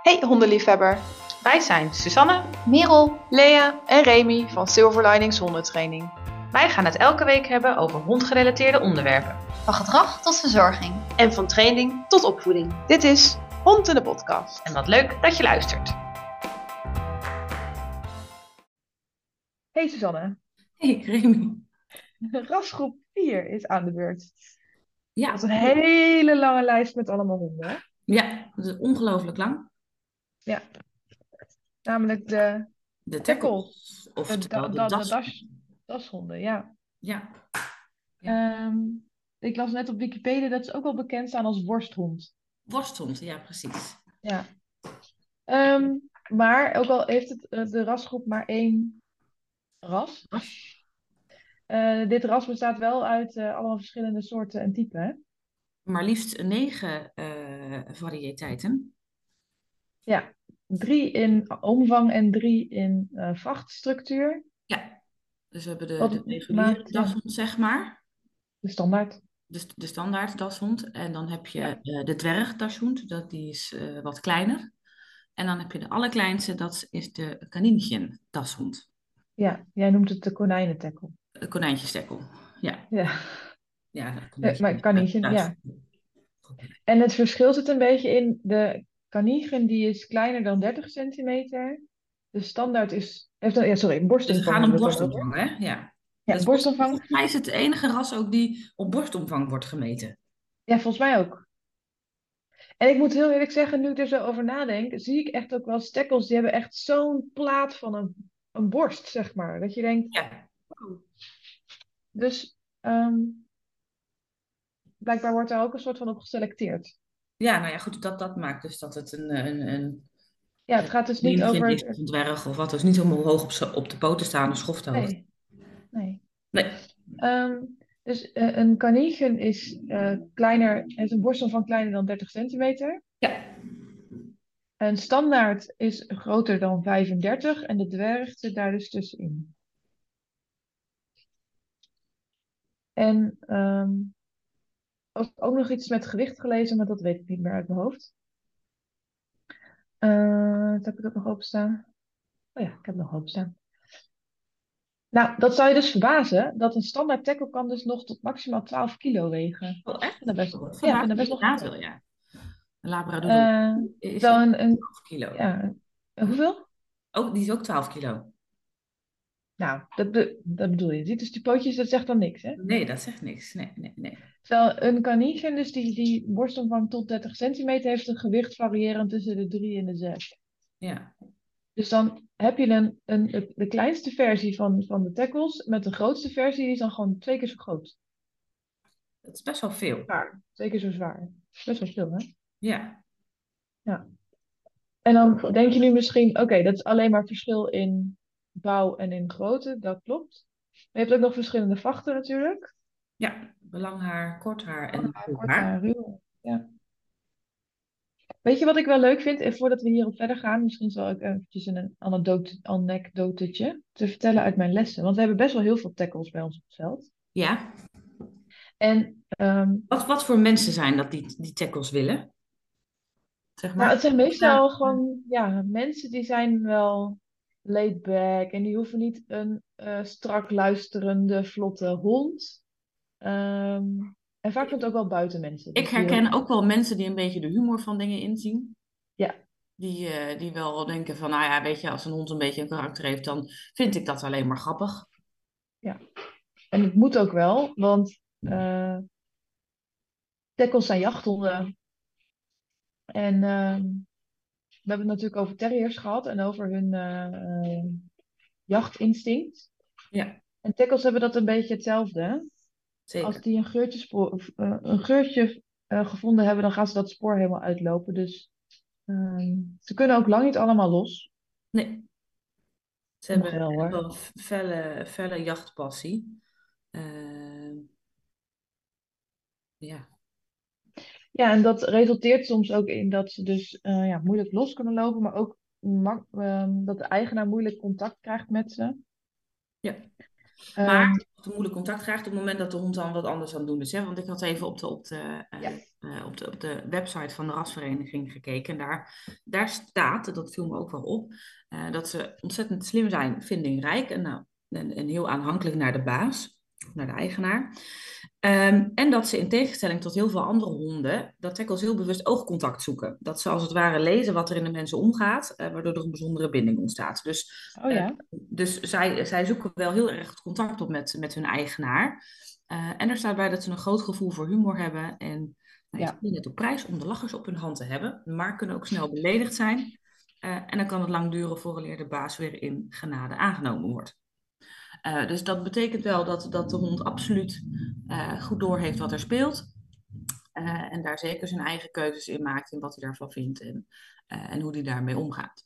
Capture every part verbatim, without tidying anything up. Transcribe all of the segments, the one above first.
Hey hondenliefhebber, wij zijn Suzanne, Merel, Lea en Remy van Silver Linings Hondentraining. Wij gaan het elke week hebben over hondgerelateerde onderwerpen. van gedrag tot verzorging. En van training tot opvoeding. Dit is Hond in de Podcast. En wat leuk dat je luistert. Hey Suzanne, Hey Remy. rasgroep vier is aan de beurt. Ja, Dat is een hele lange lijst met allemaal honden, hè? ja, dat is ongelooflijk lang. Ja, namelijk de De tackle, tackles, de, oftewel da, de da- de das. das, dashonden, ja. Ja, Ja. Ehm, ik las net op Wikipedia dat ze ook wel bekend staan als worsthond. worsthond, ja precies. Ja. Ehm, maar ook al heeft het, eh, de rasgroep maar één ras. eh, dit ras bestaat wel uit eh, allemaal verschillende soorten en typen, hè? Maar liefst negen eh, variëteiten. Ja, drie in omvang en drie in eh, vachtstructuur. Ja, dus we hebben de, Wat de reguliere maakt ja, dashond, zeg maar. de standaard. Dus de standaard dashond. En dan heb je Ja. eh, de dwergdashond, dat die is eh, wat kleiner. En dan heb je de allerkleinste, dat is de kanincjen dashond. Ja, jij noemt het de konijnentekkel. Een konijntjestekkel. Ja, Ja, ja dat Eh, kanincje. maar kaninchen, Duits. ja. En het verschil zit een beetje in de kanichen, die is kleiner dan dertig centimeter. De standaard is, heeft een, ja, sorry, Dus borstomvang we gaan om hebben we het dan over. borstomvang, hè? Ja. Ja, Dus borstomvang. volgens mij is het de enige ras ook die op borstomvang wordt gemeten. Ja, volgens mij ook. En ik moet heel eerlijk zeggen, nu ik er zo over nadenk, zie ik echt ook wel stekkels die hebben echt zo'n plaat van een, een borst, zeg maar. Dat je denkt, Ja, dus ehm, blijkbaar wordt daar ook een soort van op geselecteerd. ja nou ja, goed, dat, dat maakt dus dat het een, een, een, Ja, het gaat dus niet een is over. of een dwerg of wat. Dus niet helemaal hoog op, z'n- op de poten staan, een schofthoogte. Nee, nee. Nee. Ehm, dus eh, een kanichen is eh, kleiner, heeft een borstomvang kleiner dan dertig centimeter. Ja. Een standaard is groter dan vijfendertig en de dwerg zit daar dus tussenin. En ehm ik heb ook nog iets met gewicht gelezen, maar dat weet ik niet meer uit mijn hoofd. Eh, heb ik dat nog openstaan? Oh ja, ik heb het nog openstaan. Nou, dat zou je dus verbazen, dat een standaard tackle kan dus nog tot maximaal twaalf kilo wegen. Oh, echt? Ik vind dat best, Oh, dat ja, ik verbaast vind dat me best nog inderdaad veel. wel, ja. Een labradoodle Eh, is terwijl ook een, een, twaalf kilo. ja, een- hoeveel? Oh, die is ook twaalf kilo. Nou, dat, be- dat bedoel je. Ziet dus die pootjes, dat zegt dan niks, hè? Nee, dat zegt niks. Nee, nee, nee. Terwijl een kaninchen, dus die, die borstomvang tot dertig centimeter, heeft een gewicht variërend tussen de drie en de zes. Ja. Dus dan heb je een, een, de kleinste versie van, van de tackles met de grootste versie, die is dan gewoon twee keer zo groot. Dat is best wel veel. Zwaar. Twee keer zo zwaar. Best wel veel, hè? Ja. Ja. En dan denk je nu misschien, oké, dat is alleen maar verschil in bouw en in grootte, dat klopt. Maar je hebt ook nog verschillende vachten natuurlijk. Ja. Lang haar, kort haar en Lang haar, ruw kort haar. haar, ruw. Ja. Weet je wat ik wel leuk vind, eh, voordat we hierop verder gaan, misschien zal ik eventjes een anekdote, anekdotetje te vertellen uit mijn lessen. Want we hebben best wel heel veel tackles bij ons op het veld. Ja. En ehm, Wat, wat voor mensen zijn dat die, die tackles willen? Zeg nou, maar. het zijn Ja. meestal gewoon ja, mensen die zijn wel laid back en die hoeven niet een eh, strak luisterende, vlotte hond. Ehm, en vaak zijn het ook wel buitenmensen. Ik Dus die herken ook, ook wel mensen die een beetje de humor van dingen inzien. ja, Die, eh, die wel denken van, nou ja, weet je, als een hond een beetje een karakter heeft, dan vind ik dat alleen maar grappig. ja. En het moet ook wel, want eh tackles zijn jachthonden. En ehm, we hebben het natuurlijk over terriers gehad en over hun eh, eh, jachtinstinct. Ja, En tackles hebben dat een beetje hetzelfde, hè? Als zeker. die een geurtje, spoor, of, eh, een geurtje eh, gevonden hebben, dan gaan ze dat spoor helemaal uitlopen. Dus ehm, ze kunnen ook lang niet allemaal los. Nee, ze Sommige hebben wel echt hoor. wel een felle, felle jachtpassie. Eh, ja, Ja, en dat resulteert soms ook in dat ze dus eh, ja, moeilijk los kunnen lopen, maar ook mak- ehm, dat de eigenaar moeilijk contact krijgt met ze. ja. Maar Ehm, als de moeder contact krijgt op het moment dat de hond dan wat anders aan het doen is. Hè? Want ik had even op de, op de, eh, ja, eh, op de, op de website van de rasvereniging gekeken. En daar, daar staat, dat viel me ook wel op, eh, dat ze ontzettend slim zijn, vindingrijk en, nou, en, en heel aanhankelijk naar de baas, naar de eigenaar. Ehm, en dat ze in tegenstelling tot heel veel andere honden, dat tackles heel bewust oogcontact zoeken. Dat ze als het ware lezen wat er in de mensen omgaat, eh, waardoor er een bijzondere binding ontstaat. Dus, oh eh, ja, dus zij, zij zoeken wel heel erg het contact op met, met hun eigenaar. Eh, en er staat bij dat ze een groot gevoel voor humor hebben en nou, ze ja, stellen het op prijs om de lachers op hun hand te hebben, maar kunnen ook snel beledigd zijn. Eh, en dan kan het lang duren vooraleer de baas weer in genade aangenomen wordt. Uh, dus dat betekent wel dat, dat de hond absoluut uh, goed doorheeft wat er speelt. Uh, en daar zeker zijn eigen keuzes in maakt en wat hij daarvan vindt en, uh, en hoe hij daarmee omgaat.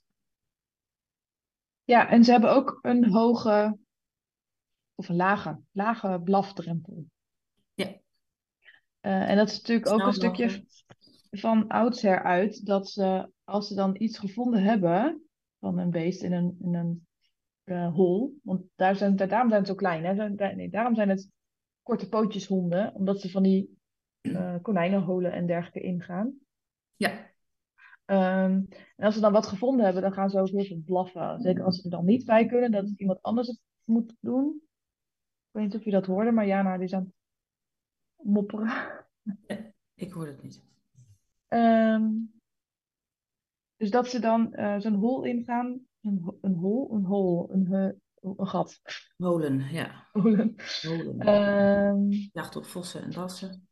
ja. En ze hebben ook een hoge, of een lage, lage blafdrempel. Ja, Uh, en dat is natuurlijk ook snel een stukje blaffen. van oudsher uit, dat ze, als ze dan iets gevonden hebben van een beest in een, in een uh, hol, want daar zijn, daar, daarom zijn het zo klein, hè? Daar- daar- nee, daarom zijn het korte pootjes honden, omdat ze van die uh, konijnenholen en dergelijke ingaan. Ja. Um, en als ze dan wat gevonden hebben, dan gaan ze ook heel veel blaffen. Zeker als ze er dan niet bij kunnen, dat iemand anders het moet doen. Ik weet niet of je dat hoorde, maar Jana die is aan het mopperen. Nee, ik hoor het niet. Um, dus dat ze dan uh, zo'n hol ingaan. Een, een hol, een hol, een, uh, een gat. Holen, ja. Holen. Holen. Um, Jacht op vossen en dassen.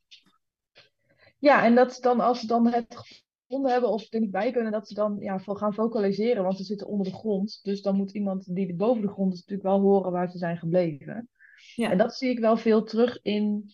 ja, en dat ze dan als ze dan het gevonden hebben of er niet bij kunnen, dat ze dan ja, gaan vocaliseren, want ze zitten onder de grond. Dus dan moet iemand die boven de grond is natuurlijk wel horen waar ze zijn gebleven. En Ja. dat zie ik wel veel terug in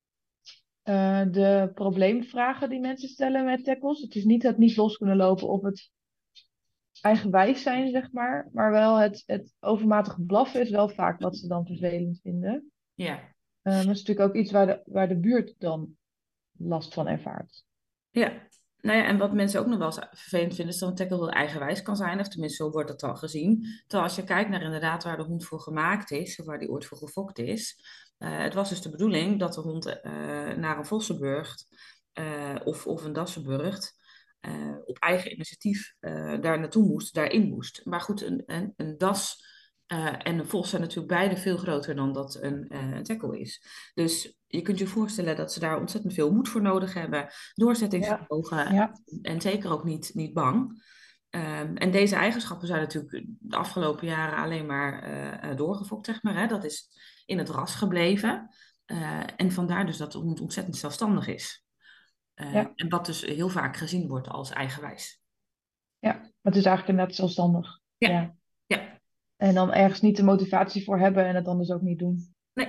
uh, de probleemvragen die mensen stellen met tackles. Het is niet het niet los kunnen lopen of het eigenwijs zijn, zeg maar. Maar wel het, het overmatige blaffen is wel vaak wat ze dan vervelend vinden. Ja. Uh, dat is natuurlijk ook iets waar de, waar de buurt dan last van ervaart. Ja. Nou ja, en wat mensen ook nog wel eens vervelend vinden, is dat een tackle wel eigenwijs kan zijn. Of tenminste, zo wordt het dan gezien. Terwijl als je kijkt naar inderdaad waar de hond voor gemaakt is, of waar die ooit voor gefokt is. Uh, het was dus de bedoeling dat de hond uh, naar een vossenburgt uh, of, of een dassenburgt uh, op eigen initiatief uh, daar naartoe moest, daarin moest. Maar goed, een, een, een das uh, en een vos zijn natuurlijk beide veel groter dan dat een, uh, een tackle is. Dus je kunt je voorstellen dat ze daar ontzettend veel moed voor nodig hebben, Ja, doorzettingsvermogen ja, en zeker ook niet, niet bang. Um, en deze eigenschappen zijn natuurlijk de afgelopen jaren alleen maar uh, doorgefokt, zeg maar. Hè? Dat is in het ras gebleven. Uh, en vandaar dus dat de hond ontzettend zelfstandig is. Uh, ja, en wat dus heel vaak gezien wordt als eigenwijs. ja. Maar het is eigenlijk net zelfstandig. Ja, Ja. ja, En dan ergens niet de motivatie voor hebben en het dan dus ook niet doen. nee.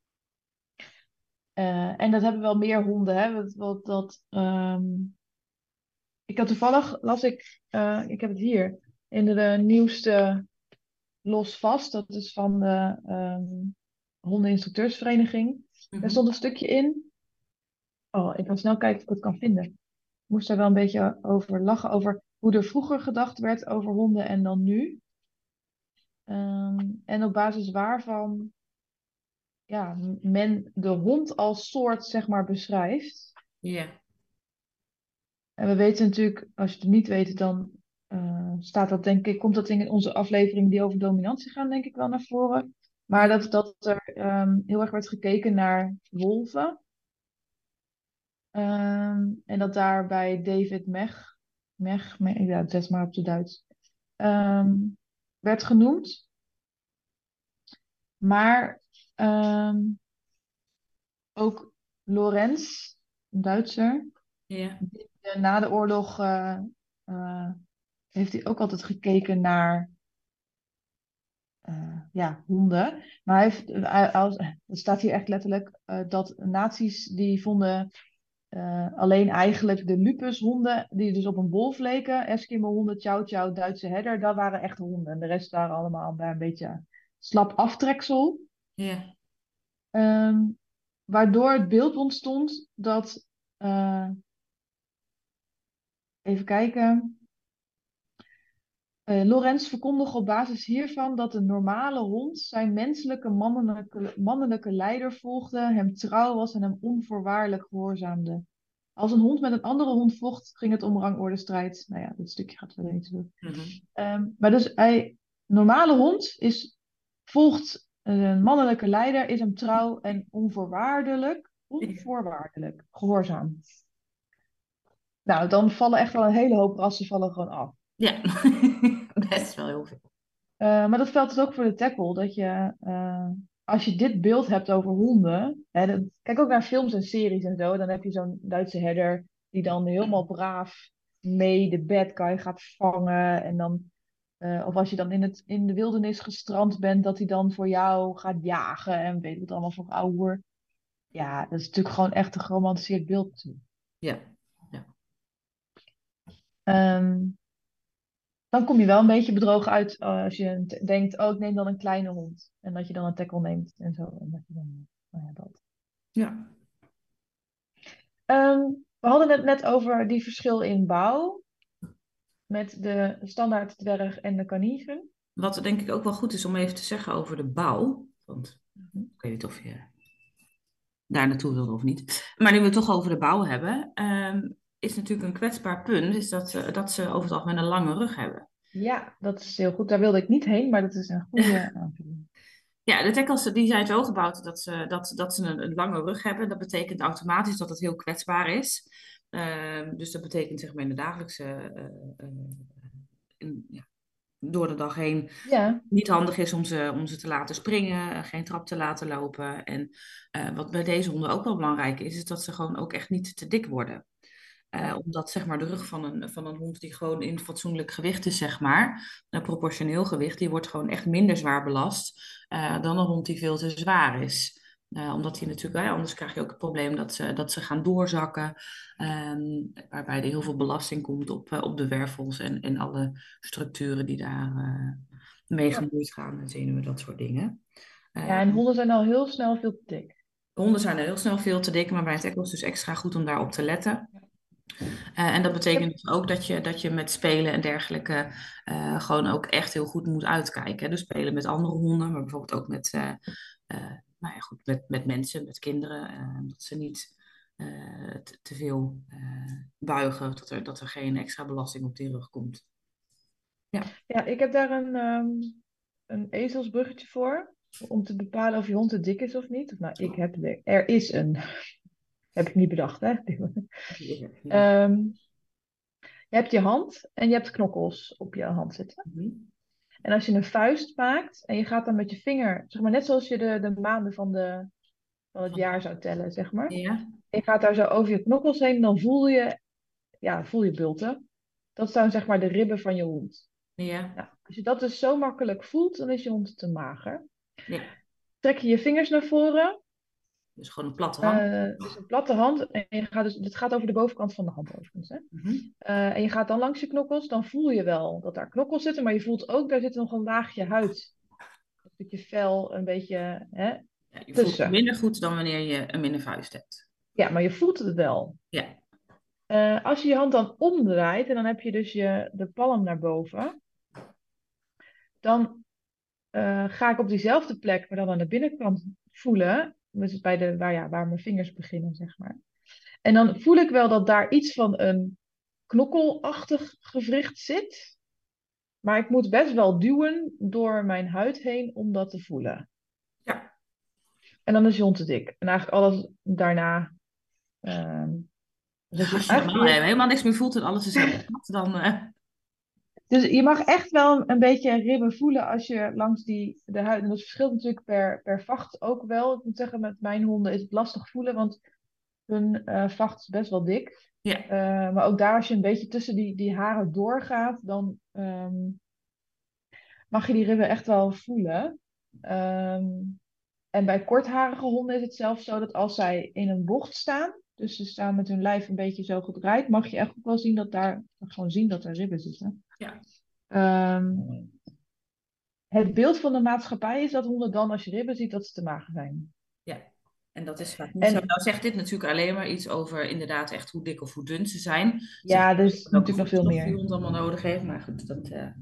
Uh, en dat hebben wel meer honden, hè. Dat, dat, dat, um... Ik had toevallig, las ik, uh, ik heb het hier, in de, de nieuwste Los Vast, dat is van de um, hondeninstructeursvereniging. Daar Mm-hmm. stond een stukje in. Oh, ik ga snel kijken of ik het kan vinden. Ik moest daar wel een beetje over lachen, over hoe er vroeger gedacht werd over honden en dan nu. Um, en op basis waarvan ja, men de hond als soort, zeg maar, beschrijft. Ja. En we weten natuurlijk, als je het niet weet, dan uh, staat dat, denk ik, komt dat in onze aflevering die over dominantie gaan, denk ik wel naar voren. Maar dat, dat er um, heel erg werd gekeken naar wolven. Um, en dat daar bij David Mech, Mech, Mech ja, zet maar op de Duits, um, werd genoemd. Maar um, ook Lorenz, een Duitser, Ja. die, uh, na de oorlog uh, uh, heeft hij ook altijd gekeken naar uh, ja, honden. Maar hij heeft, uh, als, het staat hier echt letterlijk uh, dat nazi's die vonden uh, alleen eigenlijk de lupushonden, die dus op een wolf leken, Eskimo-honden, Chow Chow, Duitse herder, dat waren echte honden. En de rest waren allemaal bij een beetje slap aftreksel. Ja. Um, waardoor het beeld ontstond dat, uh, even kijken, Uh, Lorenz verkondigt op basis hiervan dat een normale hond zijn menselijke mannelijke, mannelijke leider volgde, hem trouw was en hem onvoorwaardelijk gehoorzaamde. Als een hond met een andere hond vocht, ging het om rangordenstrijd. Nou ja, dat stukje gaat verder niet zo. Mhm. Um, maar dus hij, normale hond is, volgt een mannelijke leider, is hem trouw en onvoorwaardelijk, onvoorwaardelijk gehoorzaam. Nou, dan vallen echt wel een hele hoop rassen vallen gewoon af. Ja, best wel heel veel. Uh, maar dat geldt dus ook voor de tackle. Dat je, uh, als je dit beeld hebt over honden. Hè, dat, kijk ook naar films en series en zo. Dan heb je zo'n Duitse herder. Die dan helemaal braaf mee de bad guy gaat vangen. En dan, uh, of als je dan in, het, in de wildernis gestrand bent. Dat hij dan voor jou gaat jagen. En weet ik wat allemaal voor ouwe. Ja, dat is natuurlijk gewoon echt een geromantiseerd beeld. Ja. ja. Um, Dan kom je wel een beetje bedrogen uit uh, als je t- denkt, oh, ik neem dan een kleine hond. En dat je dan een tackle neemt en zo. En dat je dan, nou ja, dat. Ja. Um, we hadden het net over die verschil in bouw. Met de standaard dwerg en de kaniven. Wat denk ik ook wel goed is om even te zeggen over de bouw. Want Mm-hmm. ik weet niet of je daar naartoe wilde of niet. Maar nu we het toch over de bouw hebben. Um, is natuurlijk een kwetsbaar punt. Is dat, uh, dat ze over het algemeen een lange rug hebben. Ja, dat is heel goed. Daar wilde ik niet heen, maar dat is een goede aanvulling. Ja, de tackles die zijn zo gebouwd dat ze, dat, dat ze een, een lange rug hebben. Dat betekent automatisch dat het heel kwetsbaar is. Uh, dus dat betekent zeg maar in de dagelijkse... Uh, uh, in, ja, door de dag heen Ja. niet handig is om ze, om ze te laten springen, geen trap te laten lopen. En uh, wat bij deze honden ook wel belangrijk is, is dat ze gewoon ook echt niet te dik worden. Uh, omdat zeg maar, de rug van een, van een hond die gewoon in fatsoenlijk gewicht is, zeg maar, een proportioneel gewicht, die wordt gewoon echt minder zwaar belast uh, dan een hond die veel te zwaar is. Uh, omdat die natuurlijk, uh, anders krijg je ook het probleem dat ze, dat ze gaan doorzakken, um, waarbij er heel veel belasting komt op, uh, op de wervels en, en alle structuren die daar uh, mee gemoeid gaan, en zenuwen, dat soort dingen. Uh, ja, en honden zijn al heel snel veel te dik. Honden zijn er heel snel veel te dik, maar bij een tackle is het dus extra goed om daarop te letten. Ja. Uh, en dat betekent dus ook dat je, dat je met spelen en dergelijke uh, gewoon ook echt heel goed moet uitkijken. Hè? Dus spelen met andere honden, maar bijvoorbeeld ook met, uh, uh, nou ja, goed, met, met mensen, met kinderen. Uh, dat ze niet uh, te, te veel uh, buigen, dat er, dat er geen extra belasting op die rug komt. Ja, ja ik heb daar een, um, een ezelsbruggetje voor. Om te bepalen of je hond te dik is of niet. Of, nou, ik heb de, er is een... Heb ik niet bedacht, hè? um, je hebt je hand en je hebt knokkels op je hand zitten. Mm-hmm. En als je een vuist maakt en je gaat dan met je vinger, zeg maar net zoals je de, de maanden van, de, van het jaar zou tellen, zeg maar. Ja. En je gaat daar zo over je knokkels heen, dan voel je, ja, voel je bulten. Dat zijn zeg maar de ribben van je hond. Ja. Nou, als je dat dus zo makkelijk voelt, dan is je hond te mager. Ja. Trek je je vingers naar voren. Dus gewoon een platte hand. Uh, dus een platte hand. En je gaat dus, het gaat over de bovenkant van de hand overigens. Hè? Mm-hmm. Uh, en je gaat dan langs je knokkels. Dan voel je wel dat daar knokkels zitten. Maar je voelt ook, daar zit nog een laagje huid. Een stukje vel, een beetje hè, ja, je tussen. voelt het minder goed dan wanneer je een minder vuist hebt. Ja, maar je voelt het wel. Ja. Uh, als je je hand dan omdraait. En dan heb je dus je, de palm naar boven. Dan uh, ga ik op diezelfde plek, maar dan aan de binnenkant voelen. Dus bij de, waar, ja, waar mijn vingers beginnen, zeg maar. En dan voel ik wel dat daar iets van een knokkelachtig gewricht zit. Maar ik moet best wel duwen door mijn huid heen om dat te voelen. Ja. En dan is je hond te dik. En eigenlijk alles daarna... Uh, dus als je, als je helemaal, weer... helemaal niks meer voelt en alles is helemaal dan... Uh... Dus je mag echt wel een beetje ribben voelen als je langs die, de huid... En dat verschilt natuurlijk per, per vacht ook wel. Ik moet zeggen, met mijn honden is het lastig voelen, want hun uh, vacht is best wel dik. Ja. Uh, maar ook daar, als je een beetje tussen die, die haren doorgaat, dan um, mag je die ribben echt wel voelen. Um, en bij kortharige honden is het zelfs zo dat als zij in een bocht staan, dus ze staan met hun lijf een beetje zo gedraaid, mag je echt ook wel zien dat daar, gewoon zien dat er ribben zitten. Ja. Um, het beeld van de maatschappij is dat honden dan, als je ribben ziet, dat ze te mager zijn. Ja. En dat is vaak niet en, zo. Nou zegt dit natuurlijk alleen maar iets over inderdaad echt hoe dik of hoe dun ze zijn. Ja, dus natuurlijk nog veel meer. Die hond allemaal nodig heeft, maar goed, dat, uh,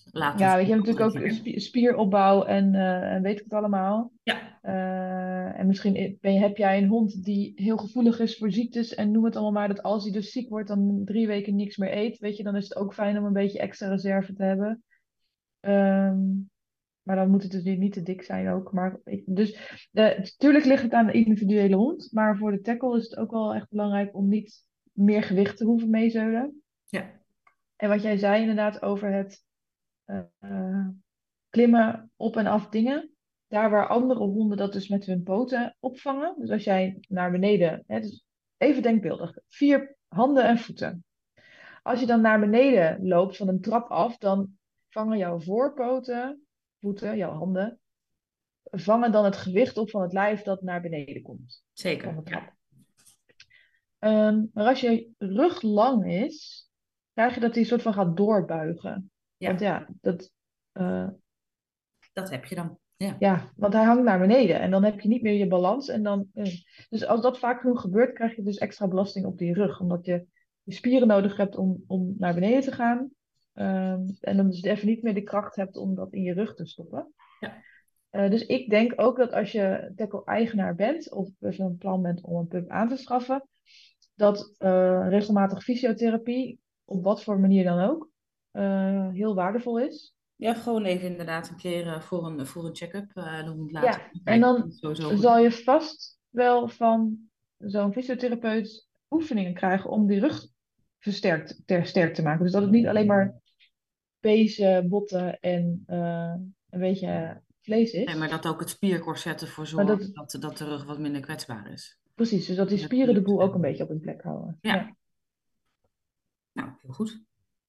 Laten Ja, we weet je, je hebt het natuurlijk ook zeggen. spie- spieropbouw en, eh, en weet ik het allemaal. Ja, Eh, en misschien i- ben je, heb jij een hond die heel gevoelig is voor ziektes en noem het allemaal maar, dat als hij dus ziek wordt, dan drie weken niks meer eet. Weet je, dan is het ook fijn om een beetje extra reserve te hebben. Ehm, maar dan moet het dus niet niet te dik zijn ook. Maar, ik- dus natuurlijk ligt het aan de individuele hond, maar voor de tackle is het ook wel echt belangrijk om niet meer gewicht te hoeven meezeulen. ja, En wat jij zei inderdaad over het eh, eh, klimmen op en af dingen. Daar waar andere honden dat dus met hun poten opvangen. Dus als jij naar beneden, hè, dus even denkbeeldig, vier handen en voeten. Als je dan naar beneden loopt van een trap af, dan vangen jouw voorpoten, voeten, jouw handen, vangen dan het gewicht op van het lijf dat naar beneden komt van zeker. de Ja, trap. Ehm, maar als je rug lang is, krijg je dat die soort van gaat doorbuigen. Want ja, ja, dat, eh, dat heb je dan. Ja, Ja, want hij hangt naar beneden en dan heb je niet meer je balans. En dan, eh, dus als dat vaak genoeg gebeurt, krijg je dus extra belasting op die rug. Omdat je je spieren nodig hebt om, om naar beneden te gaan. Ehm, en dan dus even niet meer de kracht hebt om dat in je rug te stoppen. ja, Eh, dus ik denk ook dat als je tackle-eigenaar bent of dus een plan bent om een pup aan te schaffen, dat eh, regelmatig fysiotherapie, op wat voor manier dan ook, eh, heel waardevol is. ja, gewoon even inderdaad een keer eh, voor een, voor een check-up uh, de hond laten Ja, en kijken. Dat dan is sowieso goed. zal je vast wel van zo'n fysiotherapeut oefeningen krijgen om die rug versterkt, ter, sterk te maken. Dus dat het niet alleen maar pezen, botten en eh, een beetje vlees Nee, maar is. dat ook het spiercorset ervoor Maar zorgt dat, dat, dat de rug wat minder kwetsbaar is. precies, dus dat die Dat spieren de niet, boel eh, ook een beetje op hun plek houden. Ja. ja, nou, heel goed.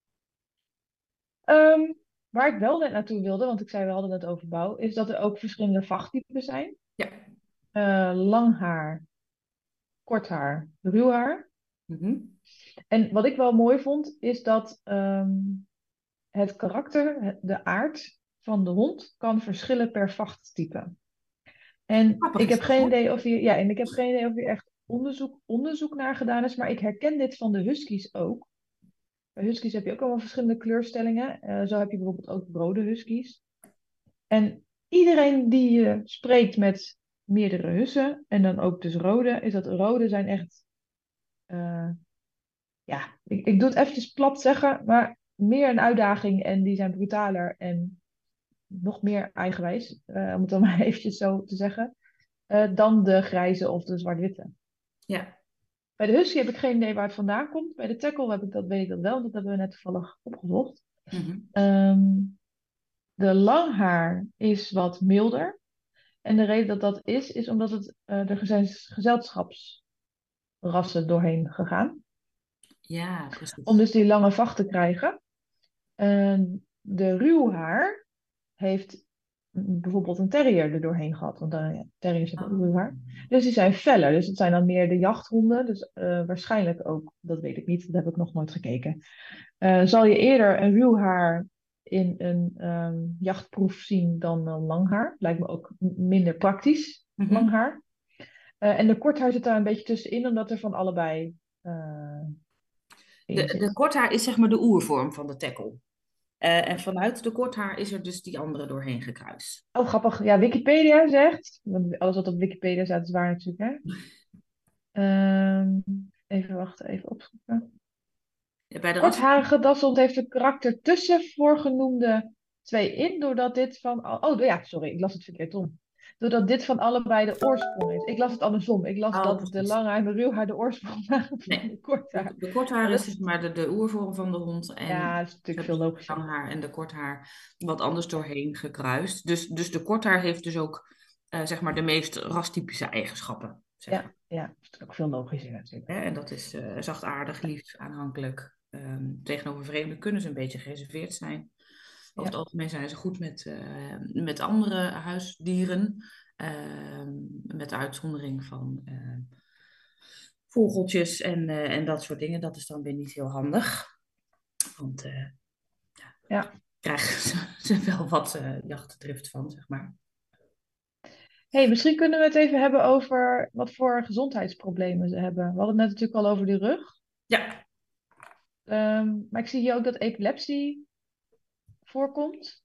Ehm, waar ik wel net naartoe wilde, want ik zei we hadden het over bouw, is dat er ook verschillende vachttypen zijn. Ja. Eh, lang haar, kort haar, ruw haar. Mhm. En wat ik wel mooi vond, is dat ehm, het karakter, het- de aard van de hond kan verschillen per vachttype. En Grappig ik is heb dat, geen hè? idee of hier, ja, en ik heb geen idee of hier echt onderzoek, onderzoek naar gedaan is, maar ik herken dit van de huskies ook. Bij huskies heb je ook allemaal verschillende kleurstellingen. Eh, zo heb je bijvoorbeeld ook rode huskies. En iedereen die je spreekt met meerdere hussen, en dan ook dus rode, is dat rode zijn echt, eh, ja, ik, ik doe het eventjes plat zeggen, maar meer een uitdaging en die zijn brutaler en nog meer eigenwijs, eh, om het dan maar eventjes zo te zeggen, eh, dan de grijze of de zwart-witte. Ja. Bij de husky heb ik geen idee waar het vandaan komt. Bij de tackle heb ik dat, weet ik dat wel, want dat hebben we net toevallig opgezocht. Mhm. Ehm, de langhaar is wat milder. En de reden dat dat is, is omdat het, eh, er zijn gezelschapsrassen doorheen gegaan. Ja, Om precies. dus die lange vacht te krijgen. En de ruwhaar heeft bijvoorbeeld een terrier er doorheen gehad. Want dan, ja, terriers hebben ook Oh. ruwhaar. Dus die zijn feller. Dus het zijn dan meer de jachthonden. Dus eh, waarschijnlijk ook, dat weet ik niet, dat heb ik nog nooit gekeken. Eh, zal je eerder een ruwhaar in een ehm, jachtproef zien dan een langhaar. Lijkt me ook m- minder praktisch, Mhm. langhaar. Eh, en de korthaar zit daar een beetje tussenin, omdat er van allebei eh in De, de zit. korthaar is zeg maar de oervorm van de tackle. Eh, en vanuit de korthaar is er dus die andere doorheen gekruist. Oh, grappig. Ja, Wikipedia zegt, want alles wat op Wikipedia staat is waar natuurlijk, hè? Ehm, even wachten, even opzoeken. Ja, bij de ras. Kortharige dashond heeft een karakter tussen voorgenoemde twee in, doordat dit van... al- Oh, ja, sorry, ik las het verkeerd om. Doordat dit van allebei de oorsprong is. Ik las het andersom. Ik las Oh, dat de precies. lange en de ruwhaar de oorsprong waren van Nee, de korthaar. de, de korthaar Maar is dat zeg is, maar de, de oervorm van de hond. ja, En dat is natuurlijk hebben veel ze de logischer. langhaar en de korthaar wat anders doorheen gekruist. Dus, dus de korthaar heeft dus ook eh, zeg maar de meest rastypische eigenschappen. Zeg Ja, maar. ja, dat is ook veel logischer natuurlijk. Hè? En dat is eh, zachtaardig, lief, aanhankelijk. Ehm, tegenover vreemden kunnen ze een beetje gereserveerd zijn. Over Ja, het algemeen zijn ze goed met, eh, met andere huisdieren. Ehm, met uitzondering van eh, vogeltjes en, eh, en dat soort dingen. Dat is dan weer niet heel handig. Want eh ja. krijgen ze, ze wel wat eh jachtdrift van, zeg maar. Hey, misschien kunnen we het even hebben over wat voor gezondheidsproblemen ze hebben. We hadden het net natuurlijk al over die rug. Ja, Ehm, maar ik zie hier ook dat epilepsie voorkomt.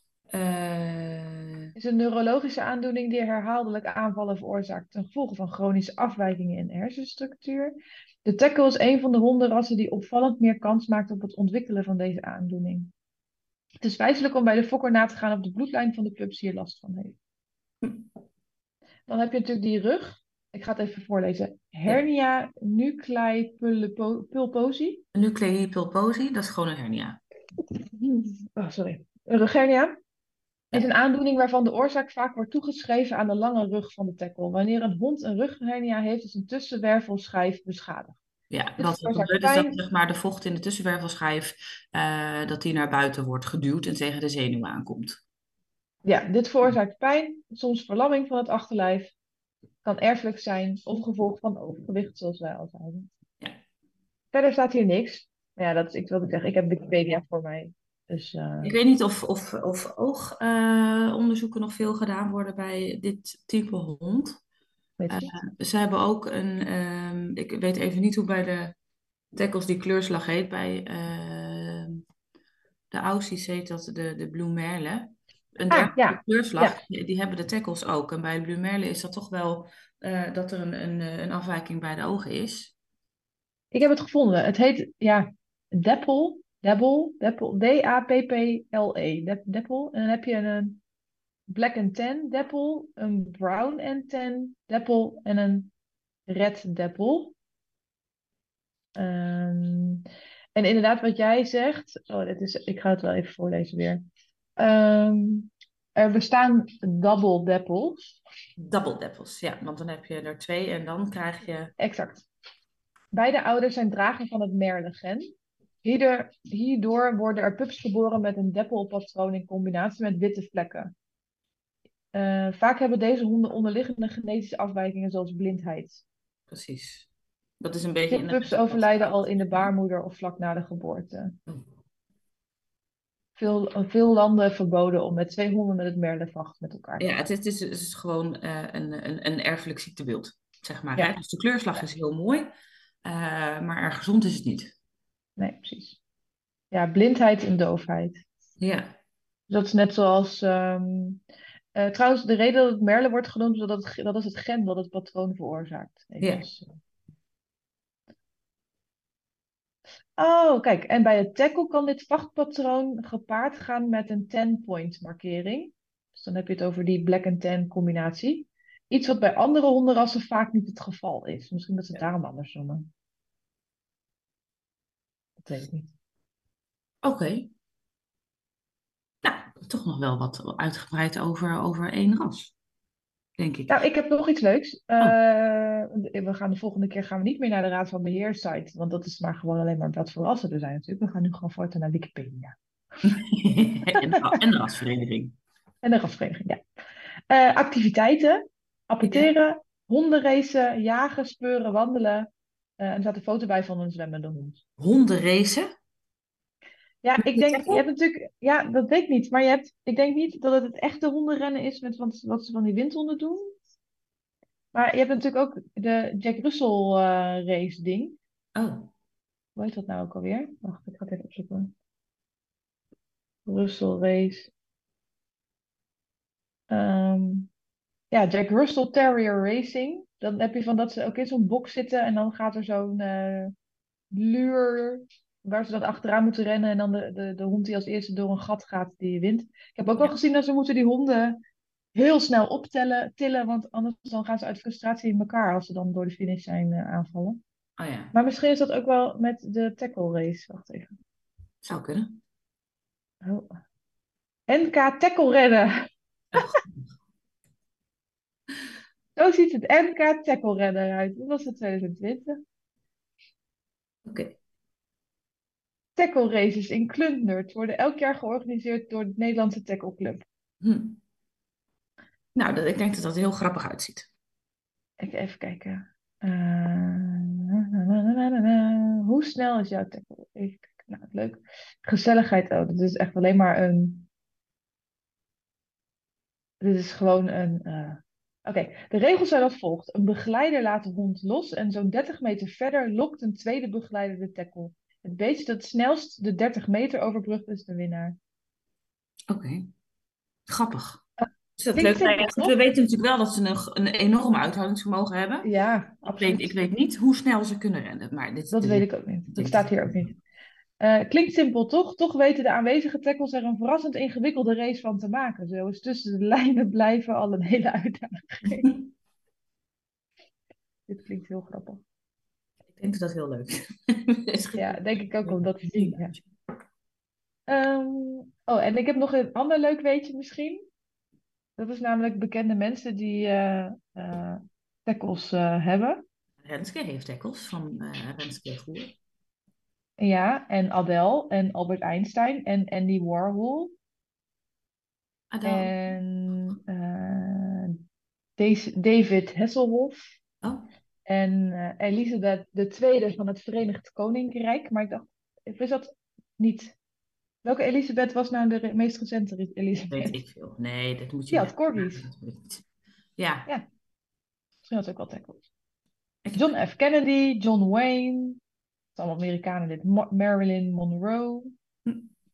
Uh, Is een neurologische aandoening die herhaaldelijk aanvallen veroorzaakt ten gevolge van chronische afwijkingen in de hersenstructuur. De teckel is een van de hondenrassen die opvallend meer kans maakt op het ontwikkelen van deze aandoening. Het is wijselijk om bij de fokker na te gaan of de bloedlijn van de pups hier last van heeft. Dan heb je natuurlijk die rug. Ik ga het even voorlezen. Hernia nuclei pulposi. Nuclei pulposi, dat is gewoon een hernia. Oh, sorry. Een rughernia is een aandoening waarvan de oorzaak vaak wordt toegeschreven aan de lange rug van de teckel. Wanneer een hond een rughernia heeft, is een tussenwervelschijf beschadigd. Ja, Dit wat er veroorzaakt gebeurt is dat pijn. zeg maar, de vocht in de tussenwervelschijf uh, dat die naar buiten wordt geduwd en tegen de zenuw aankomt. Ja, dit veroorzaakt pijn, soms verlamming van het achterlijf, kan erfelijk zijn of gevolg van overgewicht, zoals wij al zeiden. Ja. Verder staat hier niks. Ja, dat is, ik wilde zeggen, ik heb Wikipedia voor mij. Dus, uh... Ik weet niet of, of, of oogonderzoeken uh, nog veel gedaan worden bij dit type hond. Weet Uh, niet. ze hebben ook een, um, ik weet even niet hoe bij de tackles die kleurslag heet, bij uh, de Aussies heet dat de, de Blue Merle. Een ah, dergelijke ja. kleurslag, ja. die, die hebben de tackles ook. En bij de Blue Merle is dat toch wel uh, dat er een, een, een afwijking bij de ogen is. Ik heb het gevonden. Het heet, ja, Dapple. Dapple. Dapple. D A P P L E. Dapple. En dan heb je een Black and Tan Dapple, een Brown and Tan Dapple en een Red Dapple. Um, en inderdaad, wat jij zegt. Oh, dit is, ik ga het wel even voorlezen weer. Um, er bestaan double dapples. Double dapples, ja, want dan heb je er twee en dan krijg je. Exact. Beide ouders zijn drager van het Merle-gen. Hierdoor, hierdoor worden er pups geboren met een dappelpatroon in combinatie met witte vlekken. Uh, vaak hebben deze honden onderliggende genetische afwijkingen zoals blindheid. Precies. Dat is een beetje. Veel pups overlijden al in de baarmoeder of vlak na de geboorte. Oh. Veel, veel landen verboden om met twee honden met het Merle-vacht met elkaar te Ja, het is, het is, het is gewoon uh, een, een, een erfelijk ziektebeeld, zeg maar. Ja. Hè? Dus de kleurslag ja. is heel mooi, uh, maar erg gezond is het niet. Nee, precies. Ja, blindheid en doofheid. Ja. Dat is net zoals... Um, uh, trouwens, de reden dat het Merle wordt genoemd, is dat, het, dat is het gen dat het patroon veroorzaakt. Even ja. dus, Oh, kijk. En bij het tackle kan dit vachtpatroon gepaard gaan met een ten-point markering. Dus dan heb je het over die black and tan combinatie. Iets wat bij andere hondenrassen vaak niet het geval is. Misschien dat ze het daarom anders noemen. Dat weet ik niet. Oké. Okay. Nou, toch nog wel wat uitgebreid over, over één ras, denk ik. Nou, ik heb nog iets leuks. Uh, oh. We gaan de volgende keer gaan we niet meer naar de Raad van Beheer site. Want dat is maar gewoon alleen maar wat voor rassen er zijn natuurlijk. We gaan nu gewoon voortaan naar Wikipedia. en, de, en de rasvereniging. En de rasvereniging, ja. Uh, activiteiten. Apporteren, ja. Hondenracen, jagen, speuren, wandelen. Uh, en er staat een foto bij van een zwemmende hond. Hondenracen? Ja, ik denk, je hebt natuurlijk, ja, dat weet ik niet. Maar je hebt, ik denk niet dat het het echte hondenrennen is met wat, wat ze van die windhonden doen. Maar je hebt natuurlijk ook de Jack Russell uh, race ding. Oh. Hoe heet dat nou ook alweer? Wacht, ik ga het even opzoeken. Russell race. Um, ja, Jack Russell Terrier Racing. Dan heb je van dat ze ook in zo'n box zitten en dan gaat er zo'n uh, luur waar ze dan achteraan moeten rennen en dan de, de, de hond die als eerste door een gat gaat, die wint. Ik heb ook wel gezien dat ze moeten die honden heel snel optellen, tillen, want anders dan gaan ze uit frustratie in elkaar als ze dan door de finish zijn uh, aanvallen. Oh ja. Maar misschien is dat ook wel met de tackle race. Wacht even. Zou kunnen. Oh. N K tackle rennen. Oh. Zo ziet het N K tackle rennen eruit. Dat was het twintig twintig. Oké. Okay. Tackle races in Klundert worden elk jaar georganiseerd door de Nederlandse Tackle Club. Hm. Nou, dat, ik denk dat dat er heel grappig uitziet. Ik even kijken. Uh, na, na, na, na, na. Hoe snel is jouw tackle? Even kijken. Nou, leuk. Gezelligheid. Oh, dit is echt alleen maar een... Dit is gewoon een... Uh... Oké, okay. De regels zijn als volgt. Een begeleider laat de hond los en zo'n dertig meter verder lokt een tweede begeleider de tackle. Het beestje dat het snelst de dertig meter overbrugt is de winnaar. Oké, grappig. Uh, Is dat klinkt leuk? Nou ja, simpel, goed, we toch? weten natuurlijk wel dat ze een, een enorm uithoudingsvermogen hebben. Ja, Ik weet, ik absoluut. weet niet hoe snel ze kunnen rennen, maar dit, Dat weet dit, ik ook niet. dit Dat denk ik. staat hier ook niet. Uh, klinkt simpel, toch? Toch weten de aanwezige tackles er een verrassend ingewikkelde race van te maken. Zo is tussen de lijnen blijven al een hele uitdaging. Dit klinkt heel grappig. Ik denk dat dat heel leuk is. Ja, denk ik ook om dat te zien. Ja. Um, oh, en ik heb nog een ander leuk weetje misschien. Dat is namelijk bekende mensen die uh, uh, tackles uh, hebben. Renske heeft tackles van uh, Renske Voer. Ja, en Adele en Albert Einstein en Andy Warhol. Adele. En uh, David Hasselhoff. Oh. En uh, Elisabeth de Tweede van het Verenigd Koninkrijk. Maar ik dacht, is dat niet... Welke Elisabeth was nou de re- meest recente Elisabeth? Weet ik veel. Nee, dat moet je Die niet. had corgis. Ja. Ja, misschien had ze ook wel tackles. Ik John heb... F. Kennedy, John Wayne. Het zijn allemaal Amerikanen dit. Mo- Marilyn Monroe. Hm.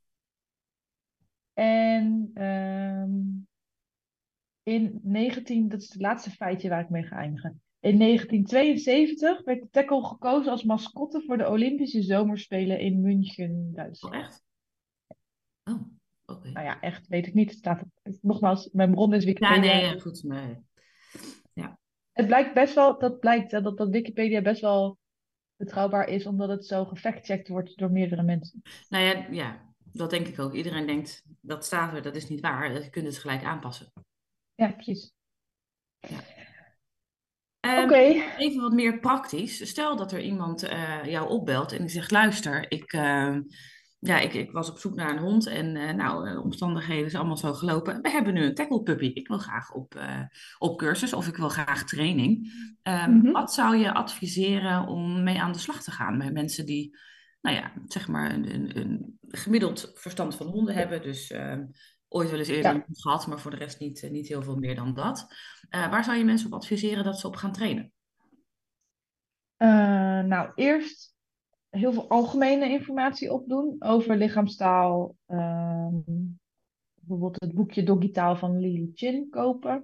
En um, in negentien, dat is het laatste feitje waar ik mee ga eindigen. In negentien tweeënzeventig werd de tackle gekozen als mascotte voor de Olympische Zomerspelen in München, Oh, Duitsland. echt? Oh, oké. Okay. Nou ja, echt, weet ik niet. Het staat, nogmaals, mijn bron is Ja, Wikipedia. nee, goed. Nee. Ja. Het blijkt best wel, dat blijkt hè, dat, dat Wikipedia best wel betrouwbaar is, omdat het zo gefactcheckt wordt door meerdere mensen. Nou ja, ja, dat denk ik ook. Iedereen denkt, dat staat er, dat is niet waar. Je kunt het gelijk aanpassen. Ja, precies. Ja. Um, Oké. Okay. Even wat meer praktisch. Stel dat er iemand uh, jou opbelt en die zegt, luister, ik, uh, ja, ik, ik was op zoek naar een hond en uh, nou, de omstandigheden zijn allemaal zo gelopen. We hebben nu een tackle puppy. Ik wil graag op, uh, op cursus of ik wil graag training. Uh, mm-hmm. Wat zou je adviseren om mee aan de slag te gaan met mensen die, nou ja, zeg maar een, een, een gemiddeld verstand van honden hebben, dus... Uh, ooit wel eens eerder ja. gehad, maar voor de rest niet, niet heel veel meer dan dat. Uh, waar zou je mensen op adviseren dat ze op gaan trainen? Uh, nou, eerst heel veel algemene informatie opdoen over lichaamstaal. Uh, bijvoorbeeld het boekje Doggytaal van Lily Chin kopen.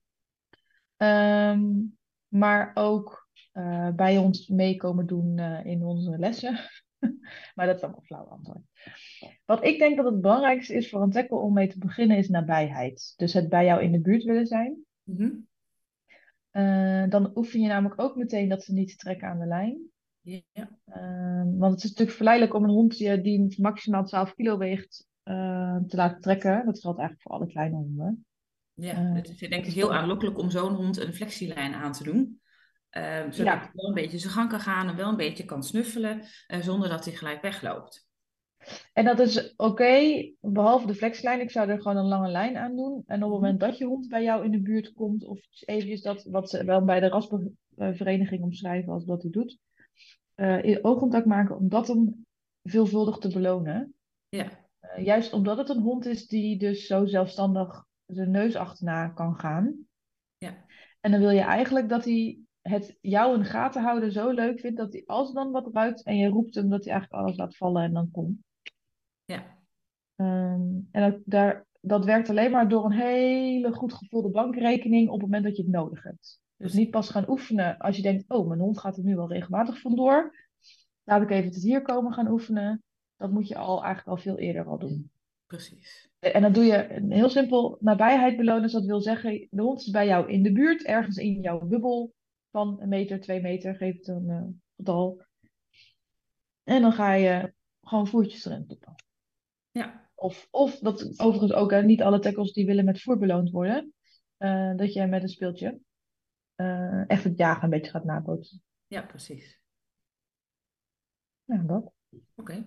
Um, maar ook uh, bij ons meekomen doen uh, in onze lessen. Maar dat is allemaal flauw antwoord. Wat ik denk dat het belangrijkste is voor een tackle om mee te beginnen is nabijheid. Dus het bij jou in de buurt willen zijn. Mm-hmm. Uh, dan oefen je namelijk ook meteen dat ze niet trekken aan de lijn. Yeah. Uh, want het is natuurlijk verleidelijk om een hond die, die maximaal twaalf kilo weegt uh, te laten trekken. Dat geldt eigenlijk voor alle kleine honden. Ja, uh, het is denk ik heel aanlokkelijk om zo'n hond een flexielijn aan te doen. Uh, zodat ja. hij wel een beetje zijn gang kan gaan en wel een beetje kan snuffelen uh, zonder dat hij gelijk wegloopt. En dat is oké, okay, behalve de flexlijn. Ik zou er gewoon een lange lijn aan doen. En op het Mm-hmm. moment dat je hond bij jou in de buurt komt, of eventjes dat wat ze wel bij de raspenvereniging omschrijven als wat hij doet, uh, oogcontact maken om dat hem veelvuldig te belonen. Ja. Uh, juist omdat het een hond is die dus zo zelfstandig zijn neus achterna kan gaan. Ja. En dan wil je eigenlijk dat hij het jou in de gaten houden zo leuk vindt dat hij als er dan wat ruikt en je roept hem dat hij eigenlijk alles laat vallen en dan komt. Ja. Um, en dat, daar, dat werkt alleen maar door een hele goed gevulde bankrekening op het moment dat je het nodig hebt. Dus niet pas gaan oefenen als je denkt, oh, mijn hond gaat er nu wel regelmatig vandoor. Laat ik even het hier komen gaan oefenen. Dat moet je al eigenlijk al veel eerder al doen. Precies. En dan doe je heel simpel nabijheid belonen. Dus dat wil zeggen, de hond is bij jou in de buurt, ergens in jouw bubbel van een meter, twee meter, geef het een uh, getal. En dan ga je gewoon voertjes erin stoppen. Ja. Of, of dat overigens ook, hè, niet alle tackles die willen met voer beloond worden. Uh, dat je met een speeltje uh, echt het jagen een beetje gaat nabootsen. Ja, precies. Nou, dat. Oké. Okay.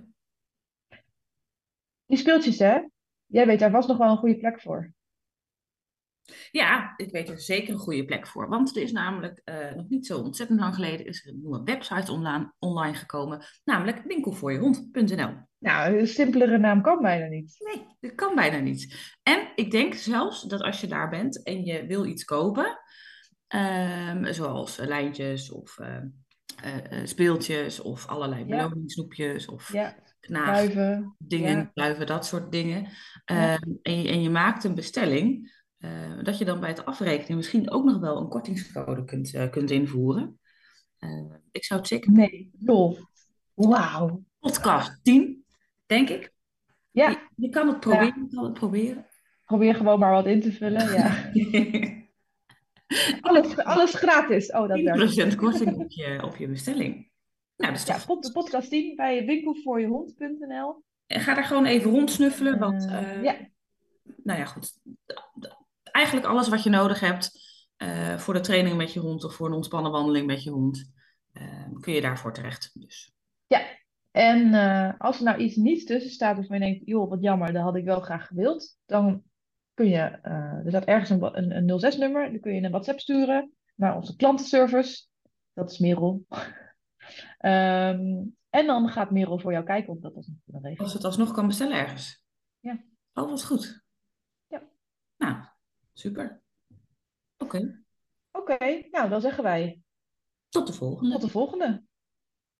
Die speeltjes, hè? Jij weet daar vast nog wel een goede plek voor. Ja, ik weet er zeker een goede plek voor. Want er is namelijk uh, nog niet zo ontzettend lang geleden is er een nieuwe website online, online gekomen. Namelijk winkelvoorjehond punt n l. Nou, een simpelere naam kan bijna niet. Nee, dat kan bijna niet. En ik denk zelfs dat als je daar bent en je wil iets kopen, um, zoals uh, lijntjes of uh, uh, uh, speeltjes of allerlei Ja. beloningssnoepjes of Ja. knaag Kluiven. dingen, Ja. kluiven, dat soort dingen. Ja. Ehm, en, je, en je maakt een bestelling, eh, dat je dan bij het afrekenen misschien ook nog wel een kortingscode kunt, eh, kunt invoeren. Eh, ik zou het zeker Nee, proberen. joh. Wauw. Podcast tien, denk ik. Je, Ja. je kan het Ja. proberen, je kan het proberen. Probeer gewoon maar wat in te vullen. Ja. Alles, alles gratis. Oh, dat werkt niet. tien procent korting op je, op je bestelling. Nou, dat is Ja, toch pod- goed. podcast tien bij winkelvoorjehond punt n l. En ga daar gewoon even rondsnuffelen, want Eh, eh, ja, nou ja, goed. Eigenlijk alles wat je nodig hebt eh, voor de training met je hond of voor een ontspannen wandeling met je hond, eh, kun je daarvoor terecht. Dus. ja. En eh, als er nou iets niet tussen staat of je denkt, joh, wat jammer, dat had ik wel graag gewild, dan kun je, eh, er staat ergens een, wa- een, een nul zes nummer, dan kun je een WhatsApp sturen naar onze klantenservice. Dat is Merel. Ehm, en dan gaat Merel voor jou kijken of dat dat nog kunnen Als regelen. het alsnog kan bestellen ergens. Ja, Oh, wat goed. ja. Nou, super. Oké, Oké, nou dan zeggen wij tot de tot volgende. de volgende.